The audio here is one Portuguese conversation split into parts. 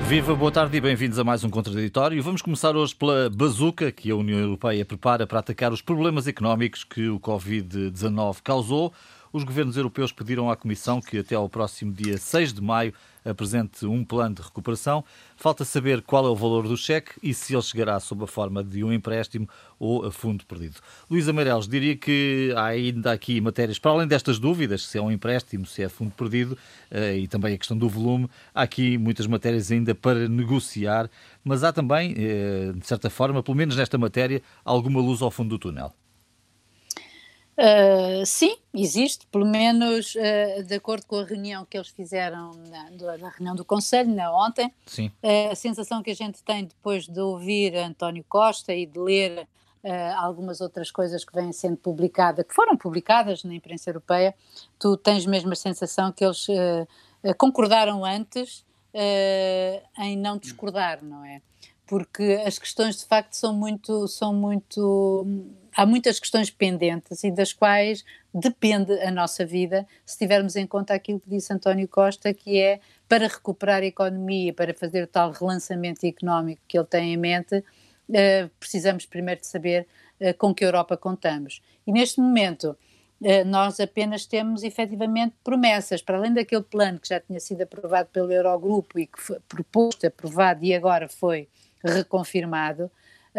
Viva, boa tarde e bem-vindos a mais um Contraditório. Vamos começar hoje pela bazuca que a União Europeia prepara para atacar os problemas económicos que o Covid-19 causou. Os governos europeus pediram à Comissão que até ao próximo dia 6 de maio apresente um plano de recuperação. Falta saber qual é o valor do cheque e se ele chegará sob a forma de um empréstimo ou a fundo perdido. Luísa Meireles, diria que há ainda aqui matérias, para além destas dúvidas, se é um empréstimo, se é fundo perdido, e também a questão do volume, há aqui muitas matérias ainda para negociar, mas há também, de certa forma, pelo menos nesta matéria, alguma luz ao fundo do túnel. Sim, existe, pelo menos de acordo com a reunião que eles fizeram na reunião do Conselho, ontem. Sim. A sensação que a gente tem depois de ouvir António Costa e de ler algumas outras coisas que vêm sendo publicadas, que foram publicadas na imprensa europeia, tu tens mesmo a sensação que eles concordaram antes em não discordar, não é? Porque as questões de facto são muito há muitas questões pendentes e das quais depende a nossa vida, se tivermos em conta aquilo que disse António Costa, que é para recuperar a economia, para fazer o tal relançamento económico que ele tem em mente, precisamos primeiro de saber com que Europa contamos. E neste momento nós apenas temos efetivamente promessas, para além daquele plano que já tinha sido aprovado pelo Eurogrupo e que foi proposto, aprovado e agora foi reconfirmado.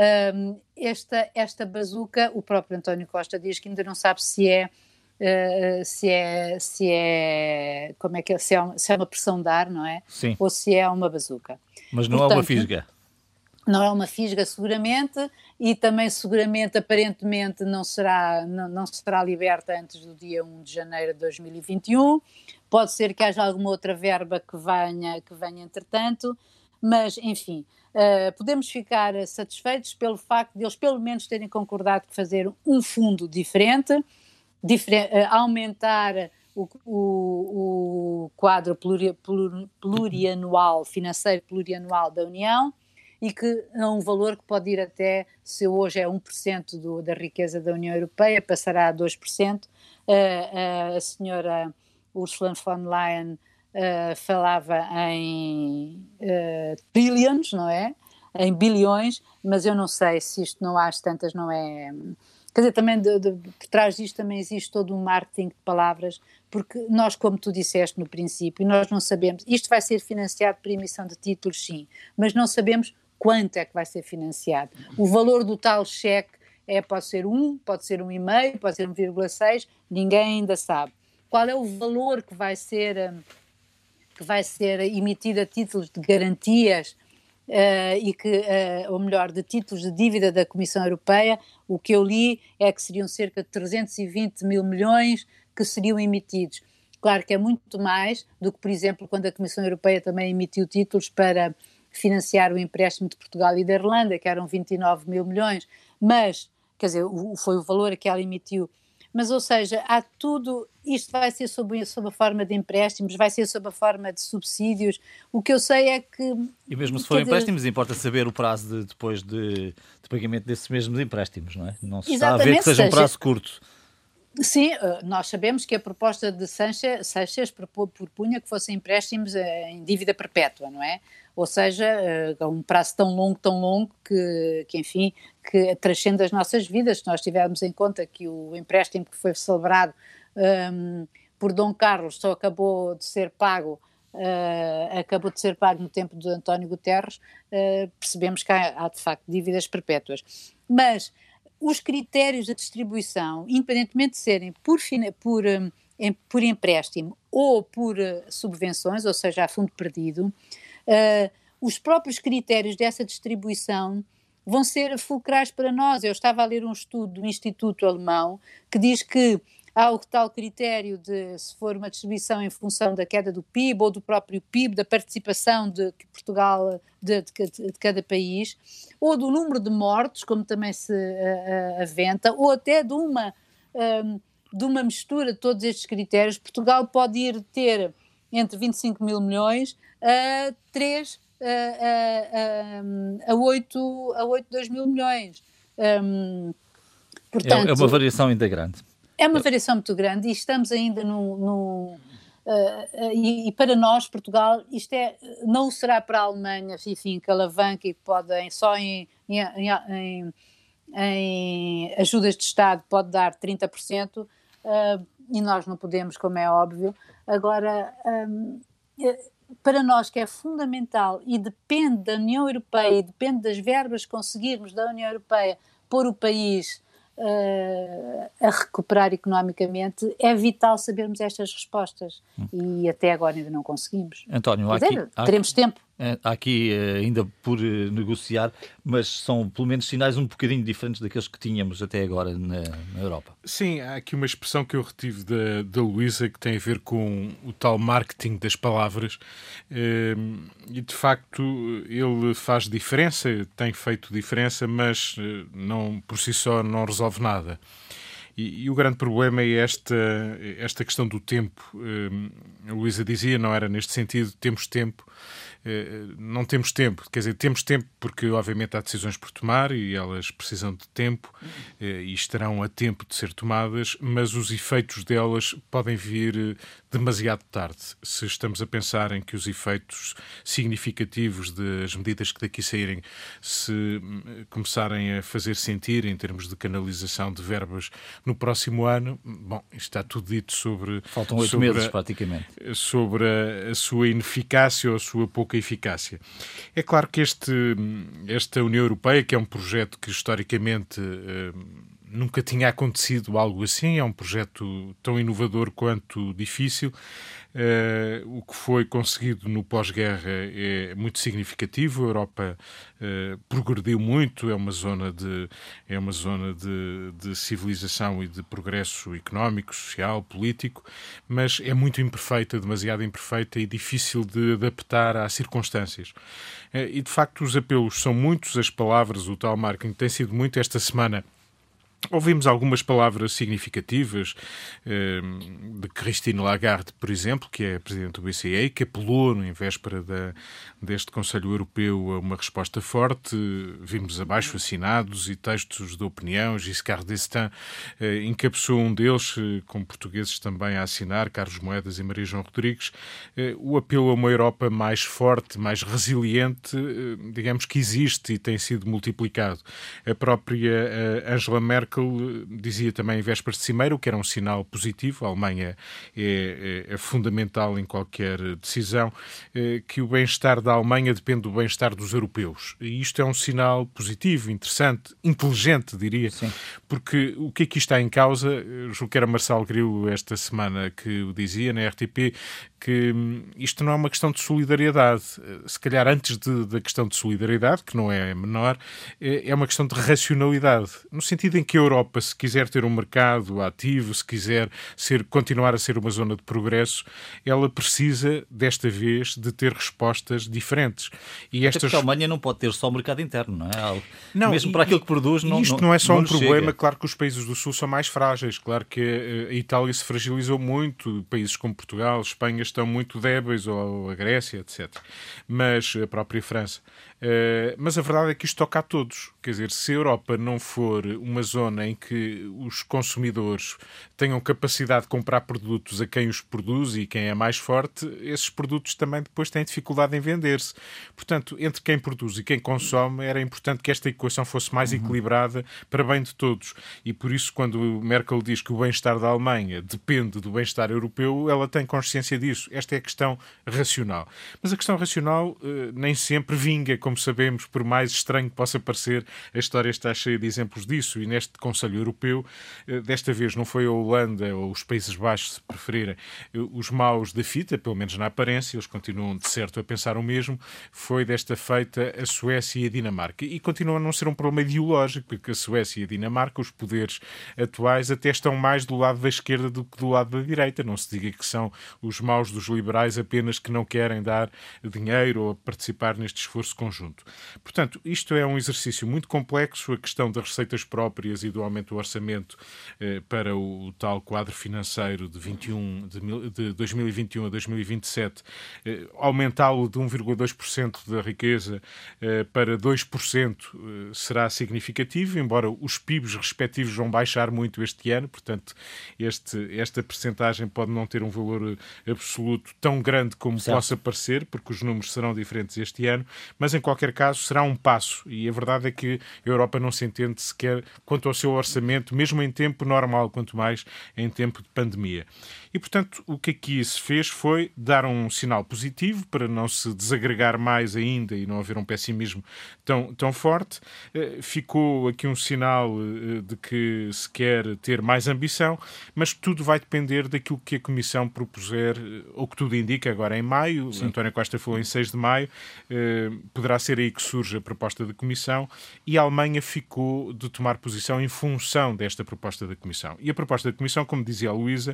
Esta bazuca, o próprio António Costa diz que ainda não sabe se é uma pressão de ar, não é? Sim. Ou se é uma bazuca. Mas não é uma fisga. Não é uma fisga seguramente, e também seguramente, aparentemente, não será liberta antes do dia 1 de janeiro de 2021. Pode ser que haja alguma outra verba que venha entretanto, mas enfim, podemos ficar satisfeitos pelo facto de eles pelo menos terem concordado que fazer um fundo diferente, aumentar o quadro plurianual, financeiro plurianual da União, e que é um valor que pode ir até, se hoje é 1% da riqueza da União Europeia, passará a 2%. A senhora Ursula von der Leyen falava em trillions, não é? Em bilhões, mas eu não sei se isto não há as tantas, não é... Quer dizer, também por trás disto também existe todo um marketing de palavras, porque nós, como tu disseste no princípio, nós não sabemos, isto vai ser financiado por emissão de títulos, sim, mas não sabemos quanto é que vai ser financiado. O valor do tal cheque pode ser 1, pode ser 1,5, pode ser 1,6, ninguém ainda sabe. Qual é o valor que vai ser emitido a títulos de garantias ou melhor, de títulos de dívida da Comissão Europeia? O que eu li é que seriam cerca de 320 mil milhões que seriam emitidos. Claro que é muito mais do que, por exemplo, quando a Comissão Europeia também emitiu títulos para financiar o empréstimo de Portugal e da Irlanda, que eram 29 mil milhões, mas, quer dizer, foi o valor que ela emitiu. Mas, ou seja, há tudo, isto vai ser sob a forma de empréstimos, vai ser sob a forma de subsídios. O que eu sei é que... E mesmo se forem empréstimos, importa saber o prazo depois de pagamento desses mesmos empréstimos, não é? Não se está a ver que seja um prazo curto. Sim, nós sabemos que a proposta de Seixas propunha que fossem empréstimos em dívida perpétua, não é? Ou seja, um prazo tão longo que enfim, que transcende as nossas vidas. Se nós tivermos em conta que o empréstimo que foi celebrado por Dom Carlos só acabou de ser pago no tempo de António Guterres, percebemos que há de facto dívidas perpétuas. Mas os critérios de distribuição, independentemente de serem por empréstimo ou por subvenções, ou seja, a fundo perdido, os próprios critérios dessa distribuição vão ser fulcrais para nós. Eu estava a ler um estudo do Instituto Alemão que diz que há o tal critério de, se for uma distribuição em função da queda do PIB ou do próprio PIB, da participação de Portugal, de cada país, ou do número de mortos, como também se aventa, ou até de uma mistura de todos estes critérios. Portugal pode ir ter entre 25 mil milhões a 2 mil milhões. Portanto, é uma variação ainda grande. É uma variação muito grande e estamos ainda e para nós, Portugal, isto não será para a Alemanha, enfim, que alavanca e que podem só em ajudas de Estado pode dar 30%, e nós não podemos, como é óbvio. Agora, para nós que é fundamental e depende da União Europeia e depende das verbas que conseguirmos da União Europeia pôr o país a recuperar economicamente, é vital sabermos estas respostas e até agora ainda não conseguimos. António, teremos tempo. Há aqui ainda por negociar, mas são pelo menos sinais um bocadinho diferentes daqueles que tínhamos até agora na Europa. Sim, há aqui uma expressão que eu retive da Luísa que tem a ver com o tal marketing das palavras, e de facto ele faz diferença, tem feito diferença, mas não, por si só não resolve nada. E o grande problema é esta questão do tempo. A Luísa dizia, não era neste sentido, temos tempo. Não temos tempo, quer dizer, temos tempo porque obviamente há decisões por tomar e elas precisam de tempo e estarão a tempo de ser tomadas, mas os efeitos delas podem vir demasiado tarde. Se estamos a pensar em que os efeitos significativos das medidas que daqui saírem se começarem a fazer sentir em termos de canalização de verbas no próximo ano, bom, está tudo dito sobre... Faltam 8 meses praticamente. Sobre a sua ineficácia ou a sua pouca eficácia. É claro que esta União Europeia, que é um projeto que historicamente nunca tinha acontecido algo assim, é um projeto tão inovador quanto difícil. O que foi conseguido no pós-guerra é muito significativo. A Europa progrediu muito, é uma zona de civilização e de progresso económico, social, político, mas é muito imperfeita, demasiado imperfeita e difícil de adaptar às circunstâncias. E de facto os apelos são muitos, as palavras, o tal marketing tem sido muito. Esta semana ouvimos algumas palavras significativas de Christine Lagarde, por exemplo, que é a Presidente do BCE, que apelou, em véspera deste Conselho Europeu, a uma resposta forte. Vimos abaixo-assinados e textos de opinião. Giscard d'Estaing encabeçou um deles, com portugueses também a assinar, Carlos Moedas e Maria João Rodrigues. O apelo a uma Europa mais forte, mais resiliente, digamos que existe e tem sido multiplicado. A própria Angela Merkel dizia também em vésperas de cimeira, o que era um sinal positivo. A Alemanha é fundamental em qualquer decisão, que o bem-estar da Alemanha depende do bem-estar dos europeus. E isto é um sinal positivo, interessante, inteligente, diria. Sim. Porque o que aqui está em causa, julgo que era Marçal Grilo esta semana que o dizia na RTP, que isto não é uma questão de solidariedade. Se calhar antes da questão de solidariedade, que não é menor, é uma questão de racionalidade. No sentido em que a Europa, se quiser ter um mercado ativo, se quiser continuar a ser uma zona de progresso, ela precisa, desta vez, de ter respostas diferentes. E porque a Alemanha não pode ter só o mercado interno, não é? Não, mesmo para aquilo que produz, não isto não é só um problema. Chega. Claro que os países do Sul são mais frágeis. Claro que a Itália se fragilizou muito. Países como Portugal, Espanha estão muito débeis, ou a Grécia, etc. Mas a própria França. Mas a verdade é que isto toca a todos. Quer dizer, se a Europa não for uma zona em que os consumidores tenham capacidade de comprar produtos a quem os produz e quem é mais forte, esses produtos também depois têm dificuldade em vender-se. Portanto, entre quem produz e quem consome, era importante que esta equação fosse mais equilibrada para bem de todos. E por isso, quando Merkel diz que o bem-estar da Alemanha depende do bem-estar europeu, ela tem consciência disso. Esta é a questão racional. Mas a questão racional nem sempre vinga, como sabemos, por mais estranho que possa parecer, a história está cheia de exemplos disso. E neste Conselho Europeu, desta vez não foi a Holanda ou os Países Baixos, se preferirem, os maus da fita, pelo menos na aparência, eles continuam de certo a pensar o mesmo, foi desta feita a Suécia e a Dinamarca. E continua a não ser um problema ideológico, porque a Suécia e a Dinamarca, os poderes atuais, até estão mais do lado da esquerda do que do lado da direita. Não se diga que são os maus dos liberais apenas que não querem dar dinheiro ou participar neste esforço conjunto. conjunto. Portanto, isto é um exercício muito complexo, a questão das receitas próprias e do aumento do orçamento para o tal quadro financeiro de 2021 a 2027, aumentá-lo de 1,2% da riqueza para 2% será significativo, embora os PIBs respectivos vão baixar muito este ano, portanto, esta percentagem pode não ter um valor absoluto tão grande como possa parecer, porque os números serão diferentes este ano, mas em qualquer caso será um passo, e a verdade é que a Europa não se entende sequer quanto ao seu orçamento, mesmo em tempo normal, quanto mais em tempo de pandemia. E, portanto, o que aqui se fez foi dar um sinal positivo para não se desagregar mais ainda e não haver um pessimismo tão forte. Ficou aqui um sinal de que se quer ter mais ambição, mas tudo vai depender daquilo que a Comissão propuser, ou que tudo indica agora em maio. Sim. António Costa falou em 6 de maio, poderá ser aí que surge a proposta da Comissão, e a Alemanha ficou de tomar posição em função desta proposta da Comissão. E a proposta da Comissão, como dizia a Luísa,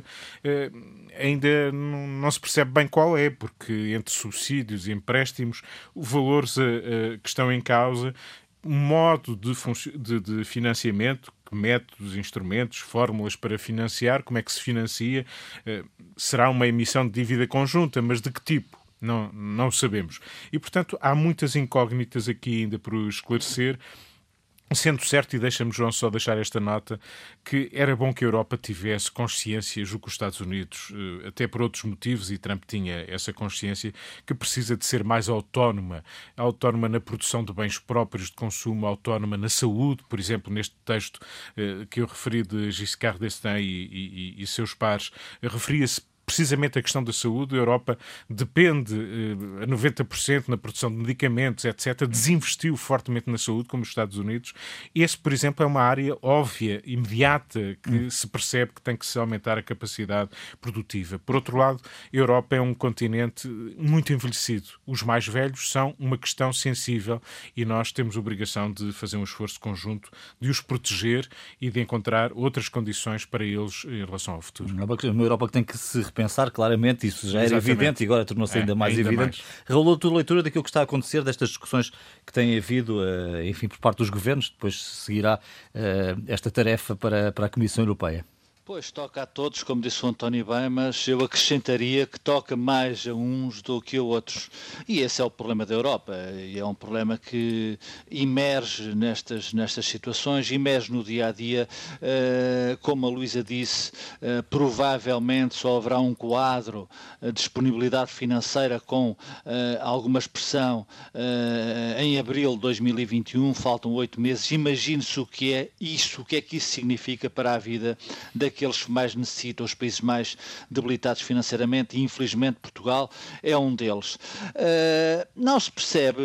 ainda não se percebe bem qual é, porque entre subsídios e empréstimos, valores que estão em causa, modo de financiamento, métodos, instrumentos, fórmulas para financiar, como é que se financia, será uma emissão de dívida conjunta, mas de que tipo? Não sabemos. E, portanto, há muitas incógnitas aqui ainda por esclarecer. Sendo certo, e deixa-me, João, só deixar esta nota, que era bom que a Europa tivesse consciência, julgo que os Estados Unidos, até por outros motivos, e Trump tinha essa consciência, que precisa de ser mais autónoma na produção de bens próprios de consumo, autónoma na saúde, por exemplo, neste texto que eu referi de Giscard d'Estaing e seus pares, referia-se precisamente a questão da saúde. A Europa depende a 90% na produção de medicamentos, etc. Desinvestiu fortemente na saúde, como os Estados Unidos. Esse, por exemplo, é uma área óbvia, imediata, que se percebe que tem que se aumentar a capacidade produtiva. Por outro lado, a Europa é um continente muito envelhecido. Os mais velhos são uma questão sensível e nós temos a obrigação de fazer um esforço conjunto de os proteger e de encontrar outras condições para eles em relação ao futuro. Uma Europa que tem que se repensar claramente, isso já era evidente e agora tornou-se ainda mais evidente. Raul, a tua leitura daquilo que está a acontecer, destas discussões que têm havido, enfim, por parte dos governos, depois seguirá esta tarefa para a Comissão Europeia? Pois, toca a todos, como disse o António bem, mas eu acrescentaria que toca mais a uns do que a outros. E esse é o problema da Europa, e é um problema que emerge nestas situações, emerge no dia-a-dia. Como a Luísa disse, provavelmente só haverá um quadro de disponibilidade financeira com alguma expressão em abril de 2021, faltam 8 meses. Imagine-se o que é isso significa para a vida daqueles que mais necessitam, os países mais debilitados financeiramente, e infelizmente Portugal é um deles. Não se percebe,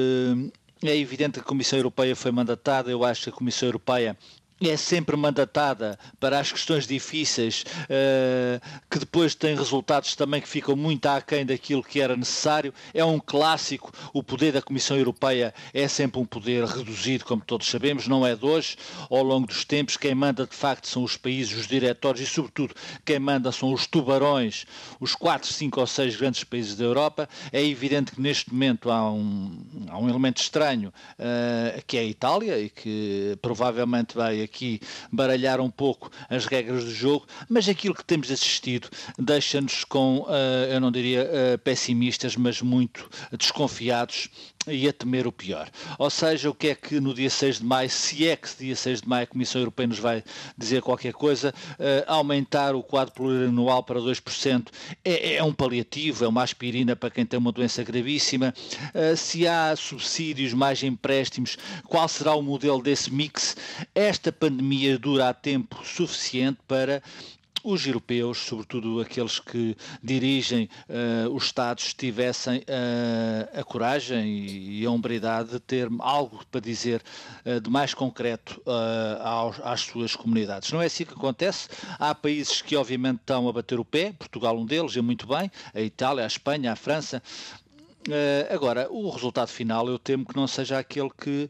é evidente que a Comissão Europeia foi mandatada, eu acho que a Comissão Europeia é sempre mandatada para as questões difíceis, que depois têm resultados também que ficam muito aquém daquilo que era necessário. É um clássico, o poder da Comissão Europeia é sempre um poder reduzido, como todos sabemos, não é de hoje. Ao longo dos tempos, quem manda de facto são os países, os diretórios, e sobretudo quem manda são os tubarões, os 4, 5 ou 6 grandes países da Europa. É evidente que neste momento há um elemento estranho, que é a Itália, e que provavelmente vai aqui baralhar um pouco as regras do jogo, mas aquilo que temos assistido deixa-nos com, eu não diria pessimistas, mas muito desconfiados e a temer o pior. Ou seja, o que é que no dia 6 de maio, se é que dia 6 de maio a Comissão Europeia nos vai dizer qualquer coisa, aumentar o quadro plurianual para 2% é um paliativo, é uma aspirina para quem tem uma doença gravíssima. Se há subsídios, mais empréstimos, qual será o modelo desse mix? Esta pandemia dura há tempo suficiente para os europeus, sobretudo aqueles que dirigem os Estados, tivessem a coragem e a hombridade de ter algo para dizer de mais concreto às suas comunidades. Não é assim que acontece. Há países que obviamente estão a bater o pé, Portugal um deles, e muito bem, a Itália, a Espanha, a França. Agora, o resultado final eu temo que não seja aquele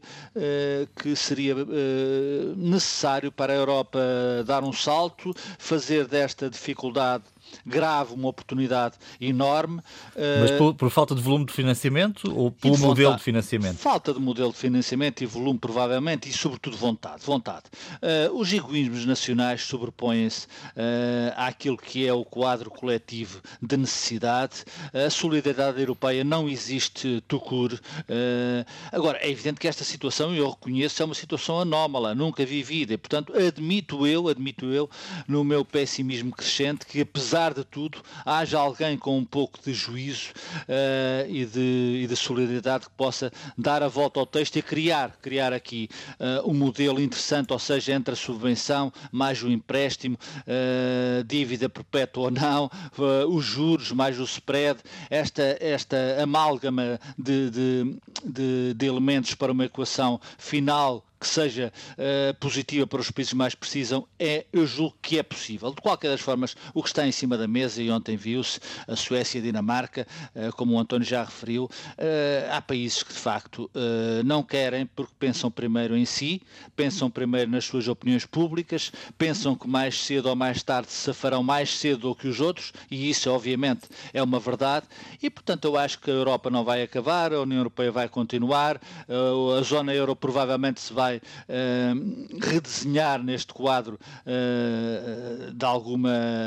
que seria necessário para a Europa dar um salto, fazer desta dificuldade grave, uma oportunidade enorme. Mas por falta de volume de financiamento ou pelo modelo de financiamento? Falta de modelo de financiamento e volume, provavelmente, e sobretudo vontade. Os egoísmos nacionais sobrepõem-se àquilo que é o quadro coletivo de necessidade. A solidariedade europeia não existe tout court. Agora, é evidente que esta situação, eu reconheço, é uma situação anómala, nunca vivida, e, portanto, admito eu, no meu pessimismo crescente, que, apesar de tudo, haja alguém com um pouco de juízo e de solidariedade que possa dar a volta ao texto e criar aqui um modelo interessante, ou seja, entre a subvenção mais o empréstimo, dívida perpétua ou não, os juros mais o spread, esta amálgama de elementos para uma equação final que seja positiva para os países que mais precisam, eu julgo que é possível. De qualquer das formas, o que está em cima da mesa, e ontem viu-se, a Suécia e a Dinamarca, como o António já referiu, há países que de facto não querem, porque pensam primeiro em si, pensam primeiro nas suas opiniões públicas, pensam que mais cedo ou mais tarde se farão mais cedo do que os outros, e isso obviamente é uma verdade, e portanto eu acho que a Europa não vai acabar, a União Europeia vai continuar, a zona euro provavelmente se vai redesenhar neste quadro de alguma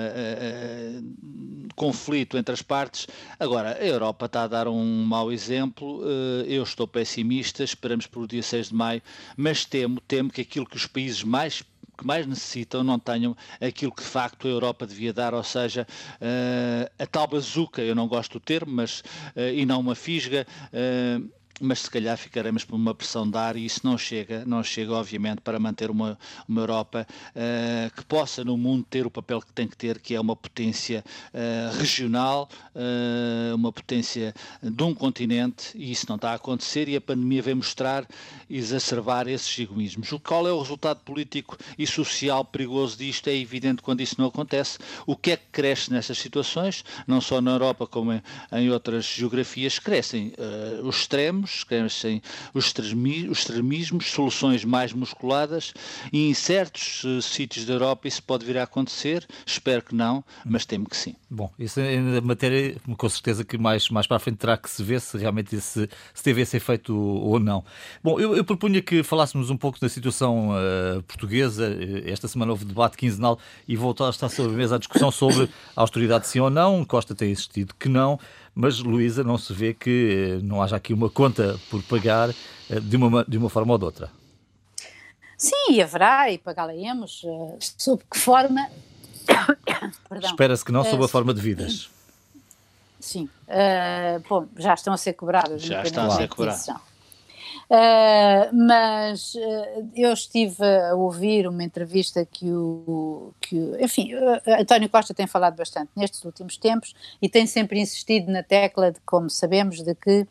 conflito entre as partes. Agora, a Europa está a dar um mau exemplo, eu estou pessimista, esperamos pelo dia 6 de maio, mas temo que aquilo que os países que mais necessitam não tenham aquilo que de facto a Europa devia dar, ou seja, a tal bazuca, eu não gosto do termo, mas e não uma fisga, mas se calhar ficaremos por uma pressão de ar, e isso não chega obviamente para manter uma Europa que possa no mundo ter o papel que tem que ter, que é uma potência regional, uma potência de um continente, e isso não está a acontecer, e a pandemia vem mostrar, exacerbar esses egoísmos. Qual é o resultado político e social perigoso disto? É evidente quando isso não acontece. O que é que cresce nestas situações? Não só na Europa como em outras geografias, crescem os extremos, crescem os extremismos, soluções mais musculadas, e em certos sítios da Europa isso pode vir a acontecer, espero que não, mas temo que sim. Bom, isso é uma matéria com certeza que mais para a frente terá que se ver se realmente se teve esse efeito ou não. Bom, eu propunha que falássemos um pouco da situação portuguesa. Esta semana houve debate quinzenal e voltou a estar sobre a mesa a discussão sobre a austeridade sim ou não. Costa tem insistido que não, mas, Luísa, não se vê que não haja aqui uma conta por pagar de uma forma ou de outra? Sim, haverá, e pagá-la-emos. Sob que forma? Espera-se que não, sob a forma de vidas. Sim. Bom, já estão a ser cobradas. Já estão a ser cobradas. Mas eu estive a ouvir uma entrevista que enfim, António Costa tem falado bastante nestes últimos tempos e tem sempre insistido na tecla de, como sabemos, de que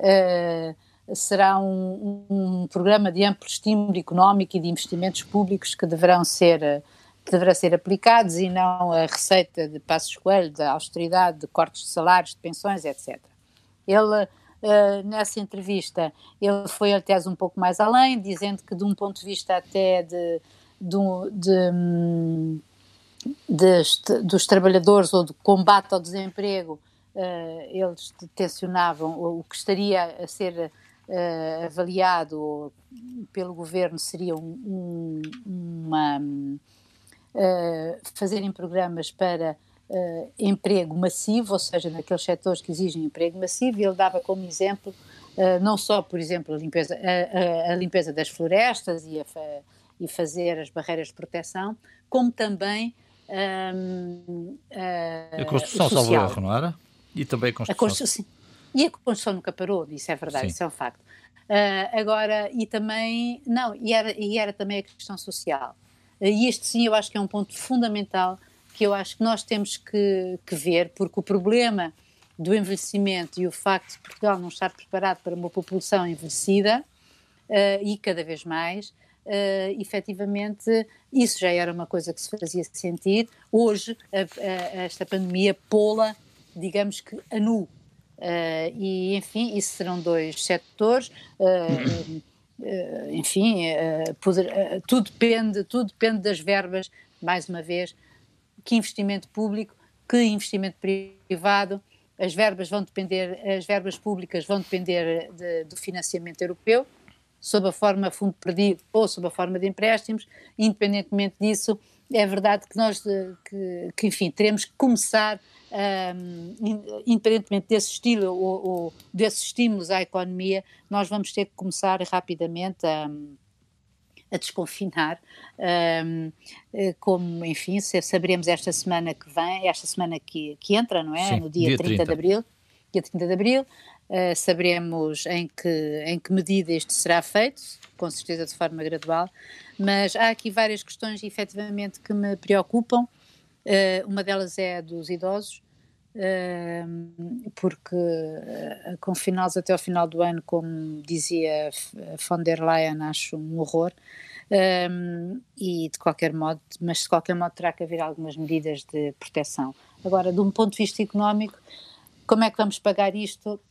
será um programa de amplo estímulo económico e de investimentos públicos que deverão ser aplicados, e não a receita de Passos Coelho, da austeridade, de cortes de salários, de pensões, etc. Ele, nessa entrevista, ele foi até um pouco mais além, dizendo que de um ponto de vista até dos trabalhadores ou do combate ao desemprego, eles tensionavam o que estaria a ser avaliado pelo governo seria fazerem programas para emprego massivo, ou seja, naqueles setores que exigem emprego massivo, e ele dava como exemplo não só, por exemplo, a limpeza das florestas e fazer as barreiras de proteção, como também a construção, salvo erro, não era? E também a construção. Sim. E a construção nunca parou, isso é verdade, sim. Isso é um facto. Agora, e também, não, e era também a questão social. E este sim eu acho que é um ponto fundamental que eu acho que nós temos que ver, porque o problema do envelhecimento e o facto de Portugal não estar preparado para uma população envelhecida e cada vez mais, efetivamente isso já era uma coisa que se fazia sentir. Hoje esta pandemia pô-la, digamos que a nu. E enfim, isso serão dois setores, enfim, tudo depende das verbas, mais uma vez, que investimento público que investimento privado. As verbas públicas vão depender do financiamento europeu, sob a forma de fundo perdido ou sob a forma de empréstimos. Independentemente disso, é verdade que nós, enfim, teremos que começar, independentemente desse estilo ou desses estímulos à economia, nós vamos ter que começar rapidamente a desconfinar, como, enfim, saberemos esta semana que vem, esta semana que entra, não é? Sim, no dia 30 de Abril. Dia 30 de Abril, saberemos em que medida isto será feito, com certeza de forma gradual, mas há aqui várias questões, efetivamente, que me preocupam. Uma delas é a dos idosos, porque confiná-los até ao final do ano, como dizia von der Leyen, acho um horror, e de qualquer modo terá que haver algumas medidas de proteção. Agora, de um ponto de vista económico, como é que vamos pagar isto?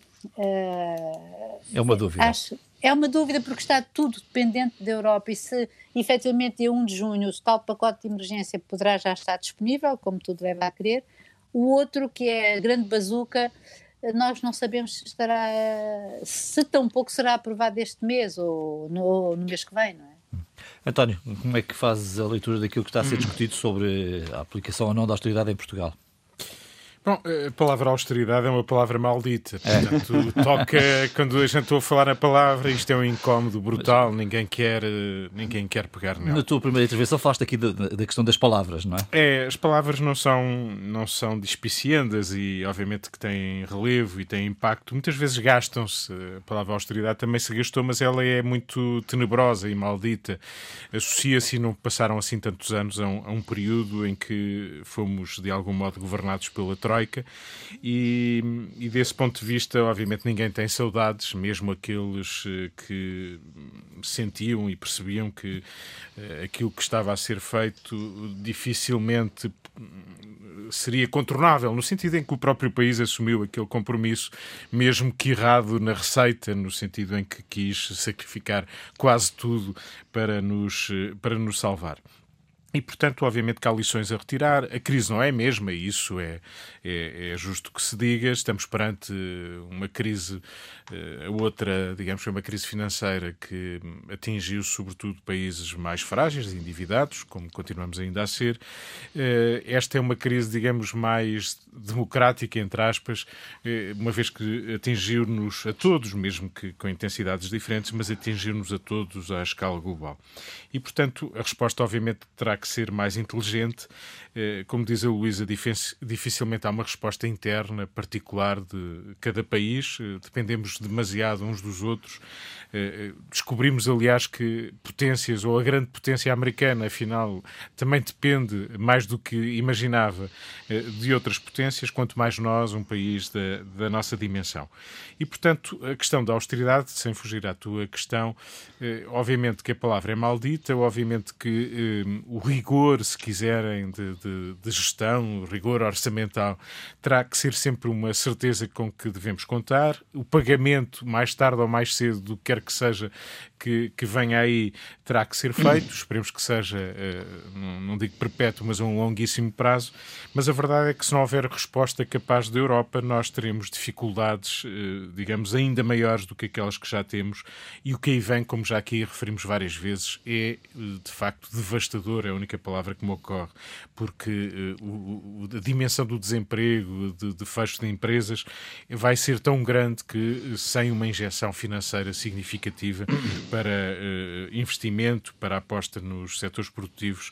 É uma dúvida. É uma dúvida, porque está tudo dependente da Europa, e se efetivamente dia 1 de junho o tal pacote de emergência poderá já estar disponível, como tudo leva a crer. O outro, que é a grande bazuca, nós não sabemos se tão pouco será aprovado este mês ou no mês que vem, não é? António, como é que fazes a leitura daquilo que está a ser discutido sobre a aplicação ou não da austeridade em Portugal? Bom, a palavra austeridade é uma palavra maldita. Portanto, toca, quando a gente ouve falar a palavra, isto é um incómodo brutal, ninguém quer pegar nela. Na tua primeira intervenção falaste aqui da questão das palavras, não é? As palavras não são despiciendas e, obviamente, que têm relevo e têm impacto. Muitas vezes gastam-se, a palavra austeridade também se gastou, mas ela é muito tenebrosa e maldita. Associa-se, e não passaram assim tantos anos, a um período em que fomos, de algum modo, governados pela Troika. E desse ponto de vista, obviamente, ninguém tem saudades, mesmo aqueles que sentiam e percebiam que aquilo que estava a ser feito dificilmente seria contornável, no sentido em que o próprio país assumiu aquele compromisso, mesmo que errado na receita, no sentido em que quis sacrificar quase tudo para nos salvar. E, portanto, obviamente que há lições a retirar. A crise não é a mesma, e isso é justo que se diga. Estamos perante uma crise, a outra, digamos, foi uma crise financeira que atingiu sobretudo países mais frágeis, endividados, como continuamos ainda a ser. Esta é uma crise, digamos, mais democrática, entre aspas, uma vez que atingiu-nos a todos, mesmo que com intensidades diferentes, mas atingiu-nos a todos à escala global. E, portanto, a resposta, obviamente, terá que ser mais inteligente. Como diz a Luísa, dificilmente há uma resposta interna particular de cada país. Dependemos demasiado uns dos outros. Descobrimos, aliás, que potências, ou a grande potência americana, afinal, também depende, mais do que imaginava, de outras potências, quanto mais nós, um país da nossa dimensão. E, portanto, a questão da austeridade, sem fugir à tua questão, obviamente que a palavra é maldita, obviamente que o rigor, se quiserem, de gestão, o rigor orçamental, terá que ser sempre uma certeza com que devemos contar. O pagamento, mais tarde ou mais cedo, do que quer que seja que venha aí, terá que ser feito. Esperemos que seja, não digo perpétuo, mas a um longuíssimo prazo. Mas a verdade é que, se não houver resposta capaz da Europa, nós teremos dificuldades, digamos, ainda maiores do que aquelas que já temos. E o que aí vem, como já aqui referimos várias vezes, é, de facto, devastador, é a única palavra que me ocorre, porque a dimensão do desemprego, de fecho de empresas, vai ser tão grande que, sem uma injeção financeira significativa para investimento, para aposta nos setores produtivos,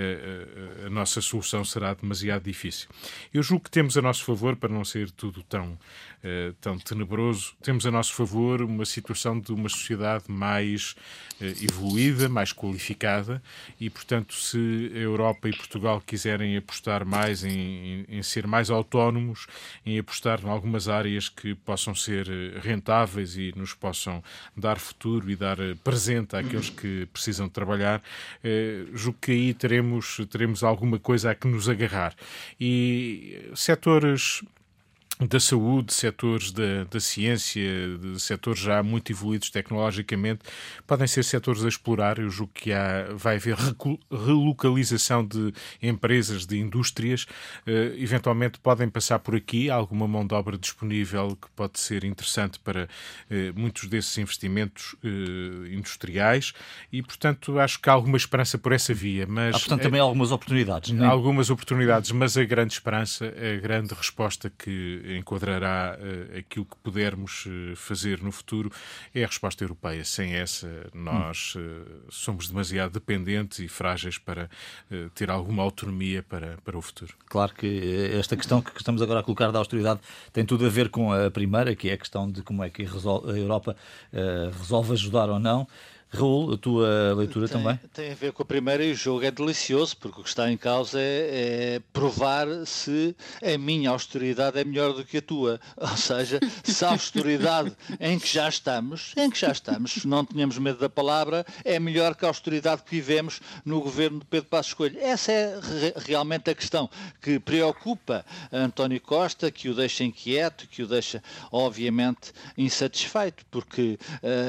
a nossa solução será demasiado difícil. Eu julgo que temos a nosso favor, para não ser tudo tão tenebroso, temos a nosso favor uma situação de uma sociedade mais evoluída, mais qualificada, e, portanto, se a Europa e Portugal quiserem apostar mais em ser mais autónomos, em apostar em algumas áreas que possam ser rentáveis e nos possam dar futuro e dar presente àqueles que precisam de trabalhar, julgo que aí teremos alguma coisa a que nos agarrar. E setores da saúde, setores da ciência, de setores já muito evoluídos tecnologicamente, podem ser setores a explorar. Eu julgo que vai haver relocalização de empresas, de indústrias, eventualmente podem passar por aqui alguma mão de obra disponível que pode ser interessante para muitos desses investimentos industriais e, portanto, acho que há alguma esperança por essa via. Mas, portanto, também há algumas oportunidades, não é? Algumas oportunidades, mas a grande esperança, a grande resposta que enquadrará aquilo que pudermos fazer no futuro é a resposta europeia. Sem essa, nós somos demasiado dependentes e frágeis para ter alguma autonomia para o futuro. Claro que esta questão que estamos agora a colocar da austeridade tem tudo a ver com a primeira, que é a questão de como é que a Europa resolve ajudar ou não. Raul, a tua leitura também? Tem a ver com a primeira e o jogo é delicioso, porque o que está em causa é provar se a minha austeridade é melhor do que a tua. Ou seja, se a austeridade em que já estamos, não tenhamos medo da palavra, é melhor que a austeridade que vivemos no governo de Pedro Passos Coelho. Essa é realmente a questão que preocupa António Costa, que o deixa inquieto, que o deixa, obviamente, insatisfeito, porque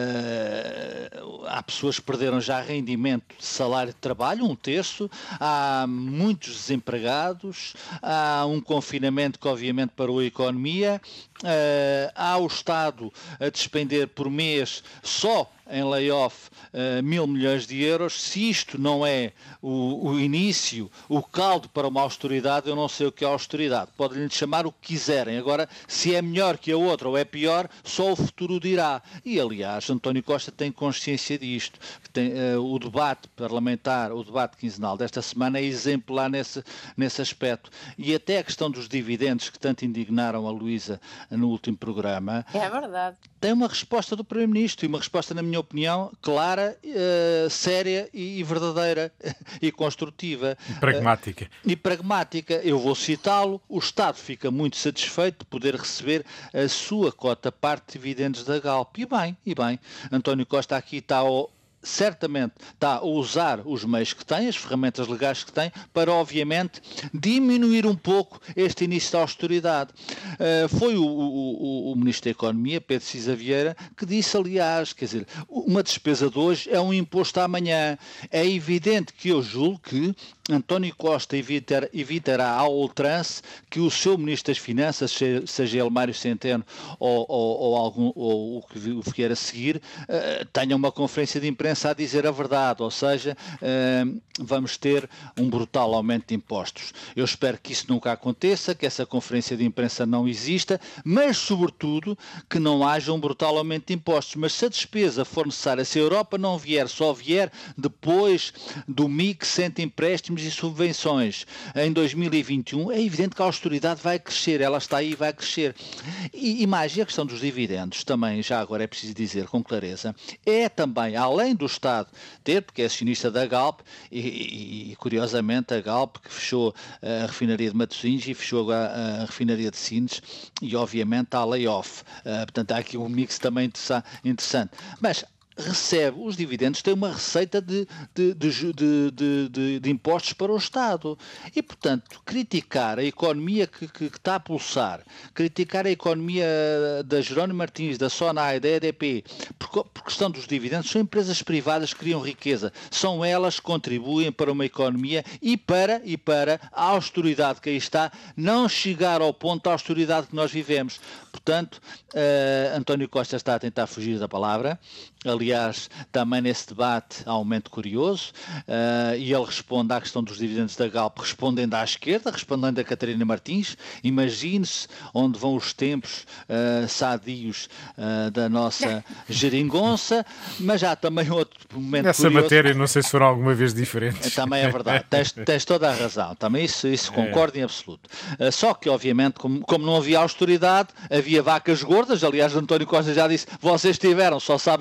há pessoas que perderam já rendimento de salário de trabalho, 1/3, há muitos desempregados, há um confinamento que obviamente parou a economia, há o Estado a despender por mês só em layoff 1.000 milhões de euros. Se isto não é o início, o caldo para uma austeridade, eu não sei o que é austeridade. Podem-lhe chamar o que quiserem. Agora, se é melhor que a outra ou é pior, só o futuro dirá. E, aliás, António Costa tem consciência disto. O debate parlamentar, o debate quinzenal desta semana é exemplar nesse aspecto. E até a questão dos dividendos que tanto indignaram a Luísa no último programa. É verdade. Tem uma resposta do Primeiro-Ministro e uma resposta, na minha opinião, clara, séria e verdadeira e construtiva. E pragmática. Eu vou citá-lo. O Estado fica muito satisfeito de poder receber a sua cota-parte de dividendos da Galp. E bem, António Costa aqui certamente está a usar os meios que tem, as ferramentas legais que tem, para obviamente diminuir um pouco este início da austeridade. Foi o Ministro da Economia, Pedro Cisa Vieira, que disse, aliás, quer dizer, uma despesa de hoje é um imposto amanhã. É evidente que eu julgo que António Costa evitará ao ultrance que o seu Ministro das Finanças, seja ele Mário Centeno ou o que vier a seguir, tenha uma conferência de imprensa a dizer a verdade, ou seja, vamos ter um brutal aumento de impostos. Eu espero que isso nunca aconteça, que essa conferência de imprensa não exista, mas sobretudo que não haja um brutal aumento de impostos. Mas se a despesa for necessária, se a Europa não vier, só vier depois do mix entre empréstimos e subvenções em 2021, é evidente que a austeridade vai crescer, ela está aí e vai crescer. E mais, a questão dos dividendos, também já agora é preciso dizer com clareza, é também, além do Estado ter, porque é acionista da Galp, e curiosamente a Galp que fechou a refinaria de Matosinhos e fechou agora a refinaria de Sines, e obviamente há layoff. Portanto, há aqui um mix também interessante. Mas recebe os dividendos, tem uma receita de impostos para o Estado. E, portanto, criticar a economia que está a pulsar, criticar a economia da Jerónimo Martins, da SONAI, da EDP, por questão dos dividendos, são empresas privadas que criam riqueza. São elas que contribuem para uma economia e para a austeridade que aí está, não chegar ao ponto da austeridade que nós vivemos. Portanto, António Costa está a tentar fugir da palavra. Aliás, também nesse debate há um momento curioso, e ele responde à questão dos dividendos da Galp, respondendo à esquerda, respondendo a Catarina Martins. Imagine-se onde vão os tempos sadios da nossa geringonça, mas há também outro momento Nessa curioso. matéria não sei se foram alguma vez diferentes. Também é verdade, tens toda a razão, também isso concordo em absoluto. Só que, obviamente, como não havia austeridade, havia vacas gordas. Aliás, António Costa já disse, vocês tiveram, só sabem estar connosco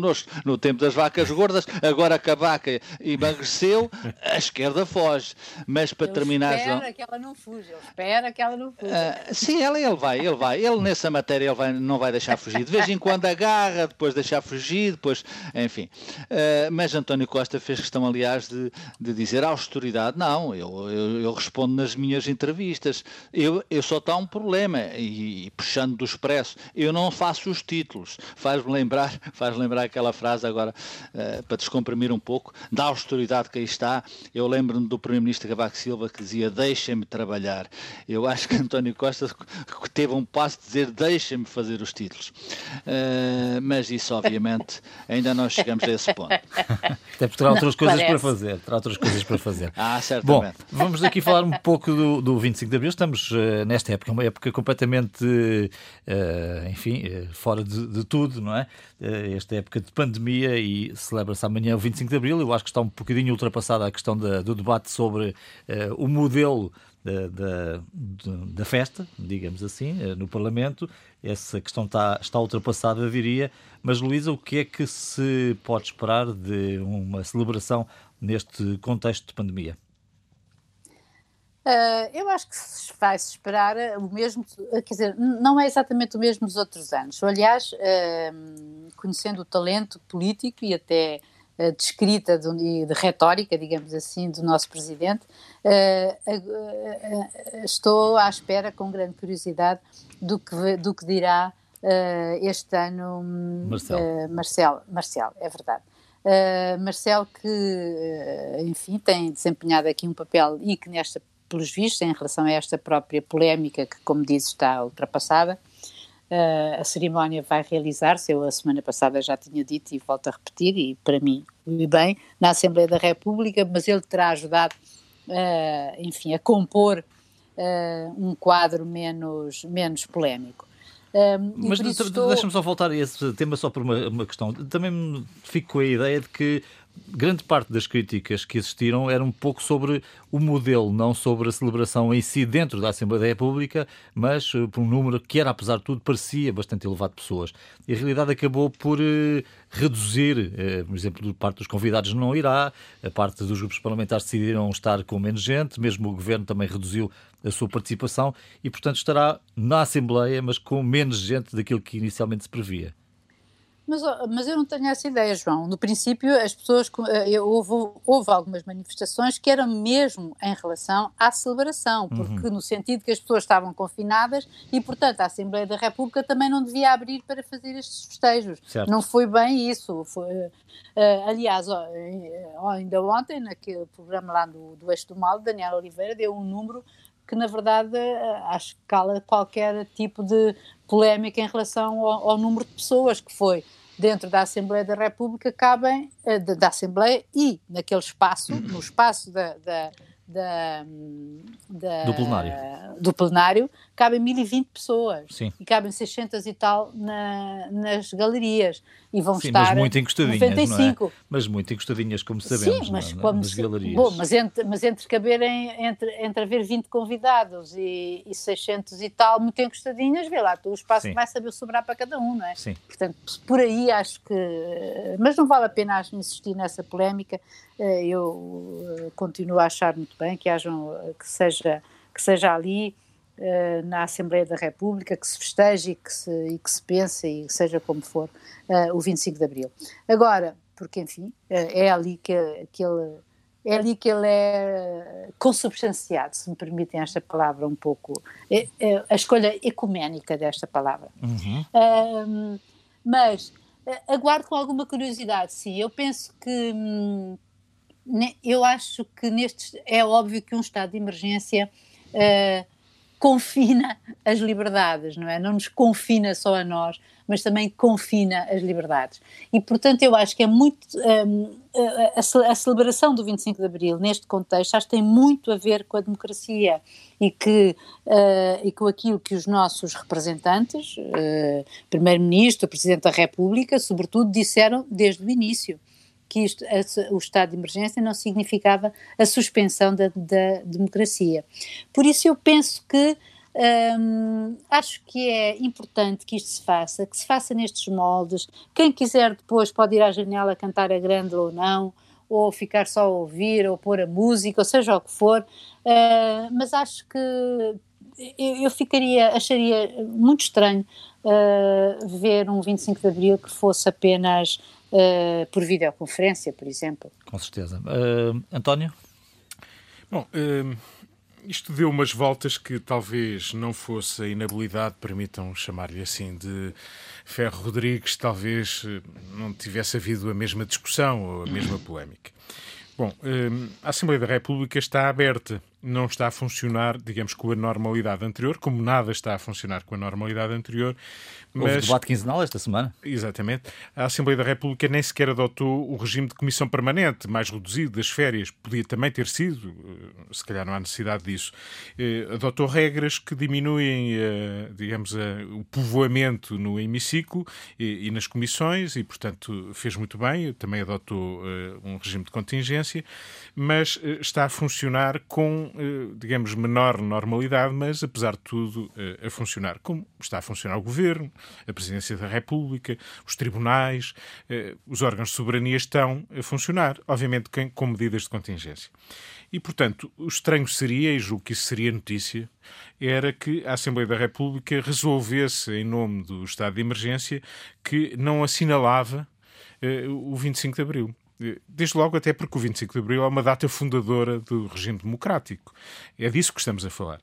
connosco no tempo das vacas gordas, agora que a vaca emagreceu, a esquerda foge. Mas para terminar, João... Espera que ela não fuja. Sim, ele vai. Ele nessa matéria não vai deixar fugir. De vez em quando agarra, depois deixar fugir, depois, enfim. Mas António Costa fez questão, aliás, de dizer a austeridade. Não, eu respondo nas minhas entrevistas. Eu só está um problema, e puxando do Expresso, eu não faço os títulos. Faz lembrar aquela frase agora, para descomprimir um pouco, da austeridade que aí está. Eu lembro-me do Primeiro-Ministro Cavaco Silva que dizia: deixem-me trabalhar. Eu acho que António Costa teve um passo de dizer: deixem-me fazer os títulos. Mas isso, obviamente, ainda não chegamos a esse ponto. Até porque terá outras coisas para fazer. Certamente. Bom, vamos aqui falar um pouco do 25 de Abril. Estamos nesta época, uma época completamente, fora de tudo, não é? Esta época de pandemia, e celebra-se amanhã o 25 de Abril. Eu acho que está um bocadinho ultrapassada a questão do debate sobre o modelo da festa, digamos assim, no Parlamento. Essa questão está ultrapassada, diria. Mas, Luísa, o que é que se pode esperar de uma celebração neste contexto de pandemia? Eu acho que se vai esperar o mesmo, quer dizer, não é exatamente o mesmo dos outros anos. Aliás, conhecendo o talento político e até de escrita e de retórica, digamos assim, do nosso Presidente, estou à espera com grande curiosidade do que dirá este ano Marcelo, é verdade. Marcelo que, enfim, tem desempenhado aqui um papel e que pelos vistos, em relação a esta própria polémica que, como disse, está ultrapassada, a cerimónia vai realizar-se. Eu a semana passada já tinha dito e volto a repetir, e para mim, bem, na Assembleia da República, mas ele terá ajudado, a compor um quadro menos polémico. Mas deixa-me só voltar a esse tema só por uma questão. Também fico com a ideia de que grande parte das críticas que existiram era um pouco sobre o modelo, não sobre a celebração em si dentro da Assembleia da República, mas por um número que era, apesar de tudo, parecia bastante elevado de pessoas. E a realidade acabou por reduzir, por exemplo, de parte dos convidados não irá, a parte dos grupos parlamentares decidiram estar com menos gente, mesmo o Governo também reduziu a sua participação e, portanto, estará na Assembleia, mas com menos gente daquilo que inicialmente se previa. Mas eu não tenho essa ideia, João. No princípio, as pessoas, houve algumas manifestações que eram mesmo em relação à celebração, porque no sentido que as pessoas estavam confinadas e, portanto, a Assembleia da República também não devia abrir para fazer estes festejos. Certo. Não foi bem isso. Aliás, ainda ontem, naquele programa lá do Eixo do Mal, Daniel Oliveira deu um número que, na verdade, acho que cala qualquer tipo de polémica em relação ao número de pessoas que foi dentro da Assembleia da República, cabem, da Assembleia e naquele espaço, no espaço do plenário, cabem 1020 pessoas. Sim. E cabem 600 e tal nas galerias. E vão Sim, estar mas muito encostadinhas, 95. não é? Mas muito encostadinhas, como sabemos. Sim, mas nas galerias. Bom, mas entre caberem, entre haver 20 convidados e 600 e tal, muito encostadinhas, vê lá, o espaço Sim. vai saber sobrar para cada um, não é? Sim. Portanto, por aí acho que... Mas não vale a pena insistir nessa polémica. Eu continuo a achar muito bem que que seja ali na Assembleia da República, que se festeje e que se pense, e seja como for, o 25 de Abril. Agora, porque enfim, é ali que ele é consubstanciado, se me permitem esta palavra um pouco, a escolha ecuménica desta palavra. Mas aguardo com alguma curiosidade, sim. Eu penso que... eu acho que é óbvio que um estado de emergência confina as liberdades, não é? Não nos confina só a nós, mas também confina as liberdades. E, portanto, eu acho que é muito... a celebração do 25 de Abril, neste contexto, acho que tem muito a ver com a democracia e com aquilo que os nossos representantes, Primeiro-Ministro, Presidente da República, sobretudo, disseram desde o início, que o estado de emergência não significava a suspensão da democracia. Por isso eu penso que Acho que é importante que isto se faça, que se faça nestes moldes. Quem quiser depois pode ir à janela cantar a grande ou não, ou ficar só a ouvir, ou pôr a música, ou seja o que for, mas acho que eu acharia muito estranho ver um 25 de Abril que fosse apenas por videoconferência, por exemplo. Com certeza. António? Bom, isto deu umas voltas que talvez não fosse a inabilidade, permitam chamar-lhe assim, de Ferro Rodrigues, talvez não tivesse havido a mesma discussão ou a mesma polémica. Bom, a Assembleia da República está aberta, não está a funcionar, digamos, com a normalidade anterior, como nada está a funcionar com a normalidade anterior. Houve debate quinzenal esta semana. Exatamente. A Assembleia da República nem sequer adotou o regime de comissão permanente, mais reduzido das férias. Podia também ter sido, se calhar não há necessidade disso. Adotou regras que diminuem, digamos, o povoamento no hemiciclo e nas comissões e, portanto, fez muito bem. Também adotou um regime de contingência, mas está a funcionar com, digamos, menor normalidade, mas, apesar de tudo, a funcionar como está a funcionar o Governo, a Presidência da República, os tribunais, os órgãos de soberania estão a funcionar, obviamente com medidas de contingência. E, portanto, o estranho seria, e julgo que isso seria notícia, era que a Assembleia da República resolvesse, em nome do estado de emergência, que não assinalava o 25 de Abril. Desde logo, até porque o 25 de Abril é uma data fundadora do regime democrático. É disso que estamos a falar.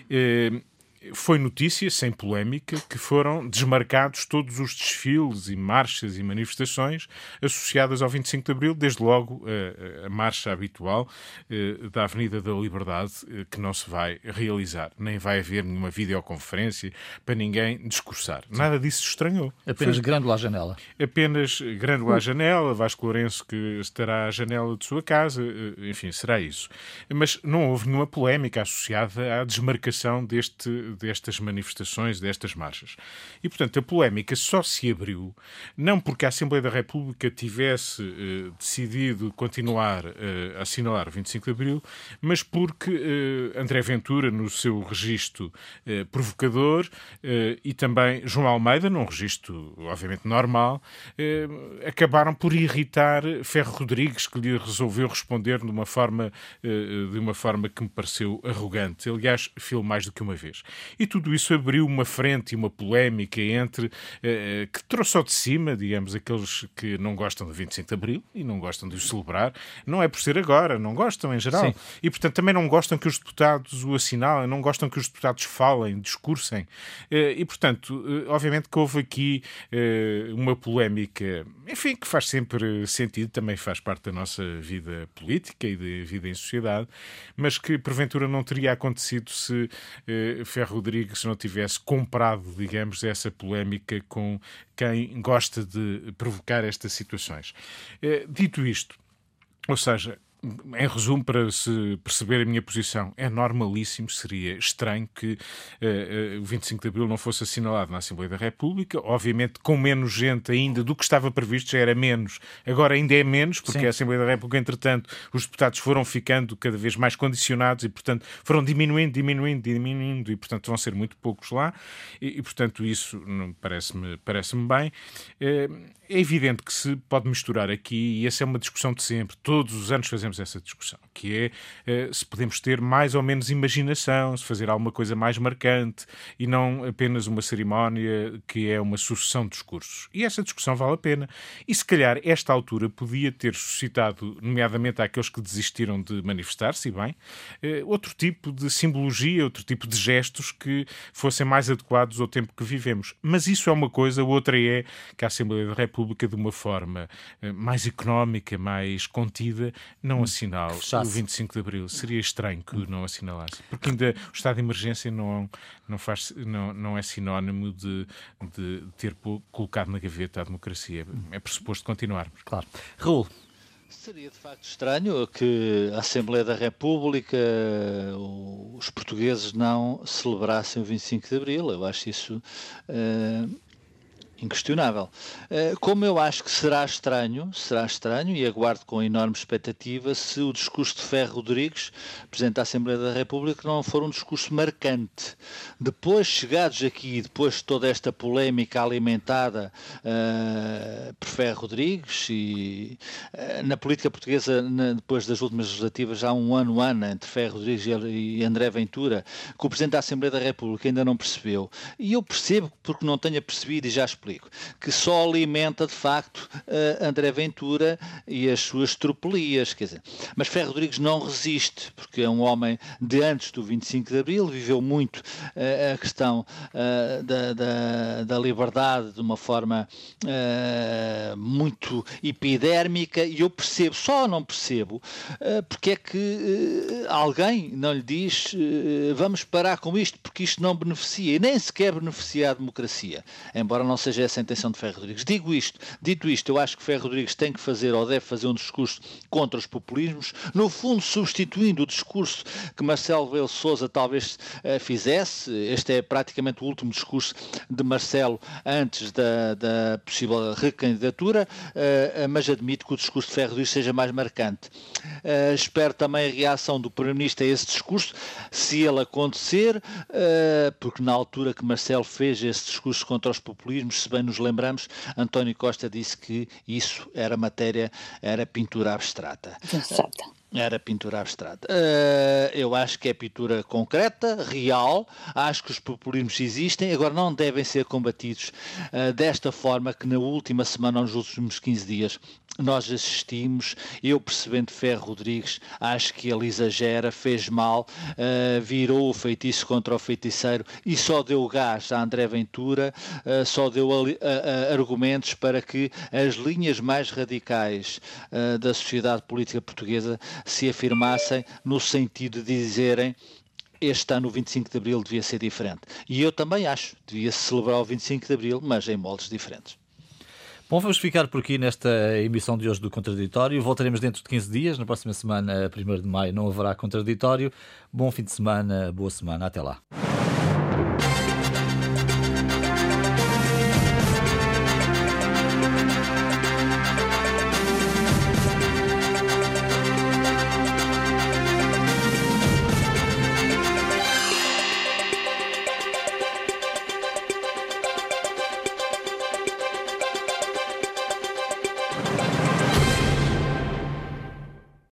Foi notícia, sem polémica, que foram desmarcados todos os desfiles e marchas e manifestações associadas ao 25 de Abril, desde logo a marcha habitual da Avenida da Liberdade, que não se vai realizar. Nem vai haver nenhuma videoconferência para ninguém discursar. Nada disso se estranhou. Apenas grândola à janela. Apenas grândola à janela, Vasco Lourenço que estará à janela de sua casa, enfim, será isso. Mas não houve nenhuma polémica associada à desmarcação destas manifestações, destas marchas. E, portanto, a polémica só se abriu não porque a Assembleia da República tivesse decidido continuar a assinalar o 25 de Abril, mas porque André Ventura, no seu registro provocador, e também João Almeida, num registro, obviamente, normal, acabaram por irritar Ferro Rodrigues, que lhe resolveu responder de uma forma que me pareceu arrogante. Aliás, fê-lo mais do que uma vez. E tudo isso abriu uma frente e uma polémica que trouxe ao de cima, digamos, aqueles que não gostam do 25 de Abril e não gostam de o celebrar. Não é por ser agora, não gostam em geral. Sim. E, portanto, também não gostam que os deputados o assinalem, não gostam que os deputados falem, discursem. E, portanto, obviamente que houve aqui uma polémica, enfim, que faz sempre sentido, também faz parte da nossa vida política e da vida em sociedade, mas que, porventura, não teria acontecido se Ferro Rodrigues não tivesse comprado, digamos, essa polémica com quem gosta de provocar estas situações. Dito isto, ou seja, em resumo, para se perceber a minha posição, é normalíssimo, seria estranho que o 25 de Abril não fosse assinalado na Assembleia da República, obviamente com menos gente ainda do que estava previsto, já era menos, agora ainda é menos, porque Sim. A Assembleia da República, entretanto, os deputados foram ficando cada vez mais condicionados e, portanto, foram diminuindo, e, portanto, vão ser muito poucos lá, e portanto, isso parece-me bem. É evidente que se pode misturar aqui, e essa é uma discussão de sempre, todos os anos fazemos essa discussão, que é se podemos ter mais ou menos imaginação, se fazer alguma coisa mais marcante e não apenas uma cerimónia que é uma sucessão de discursos. E essa discussão vale a pena. E se calhar esta altura podia ter suscitado, nomeadamente àqueles que desistiram de manifestar-se, bem, outro tipo de simbologia, outro tipo de gestos que fossem mais adequados ao tempo que vivemos. Mas isso é uma coisa, outra é que a Assembleia da República, de uma forma mais económica, mais contida, não assinala o 25 de Abril. Seria estranho que não assinalasse. Porque ainda o estado de emergência não é sinónimo de ter colocado na gaveta a democracia. É pressuposto continuarmos. Claro. Raul. Seria de facto estranho que a Assembleia da República, os portugueses não celebrassem o 25 de Abril. Eu acho isso inquestionável. Como eu acho que será estranho, e aguardo com enorme expectativa, se o discurso de Ferro Rodrigues, Presidente da Assembleia da República, não for um discurso marcante. Depois, chegados aqui, depois de toda esta polémica alimentada por Ferro Rodrigues, e na política portuguesa, depois das últimas legislativas, há um ano entre Ferro Rodrigues e André Ventura, que o Presidente da Assembleia da República ainda não percebeu. E eu percebo, porque não tenha percebido, e já explico, que só alimenta de facto André Ventura e as suas tropelias, quer dizer, mas Ferro Rodrigues não resiste, porque é um homem de antes do 25 de Abril, viveu muito a questão da liberdade de uma forma muito epidérmica, e eu percebo, só não percebo porque é que alguém não lhe diz vamos parar com isto, porque isto não beneficia, e nem sequer beneficia a democracia, embora não seja essa a intenção de Ferro Rodrigues. Dito isto, eu acho que Ferro Rodrigues tem que fazer ou deve fazer um discurso contra os populismos, no fundo substituindo o discurso que Marcelo Rebelo de Sousa talvez fizesse. Este é praticamente o último discurso de Marcelo antes da possível recandidatura, mas admito que o discurso de Ferro Rodrigues seja mais marcante. Espero também a reação do Primeiro-Ministro a esse discurso, se ele acontecer, porque na altura que Marcelo fez esse discurso contra os populismos, se bem nos lembramos, António Costa disse que isso era pintura abstrata. Era pintura abstrata. Eu acho que é pintura concreta, real. Acho que os populismos existem, agora não devem ser combatidos desta forma que na última semana, nos últimos 15 dias, nós assistimos. Eu, percebendo Ferro Rodrigues, acho que ele exagera, fez mal, virou o feitiço contra o feiticeiro e só deu gás a André Ventura, só deu argumentos para que as linhas mais radicais da sociedade política portuguesa se afirmassem no sentido de dizerem este ano o 25 de Abril devia ser diferente. E eu também acho, devia-se celebrar o 25 de Abril, mas em moldes diferentes. Bom, vamos ficar por aqui nesta emissão de hoje do Contraditório. Voltaremos dentro de 15 dias. Na próxima semana, 1º de maio, não haverá Contraditório. Bom fim de semana, boa semana. Até lá.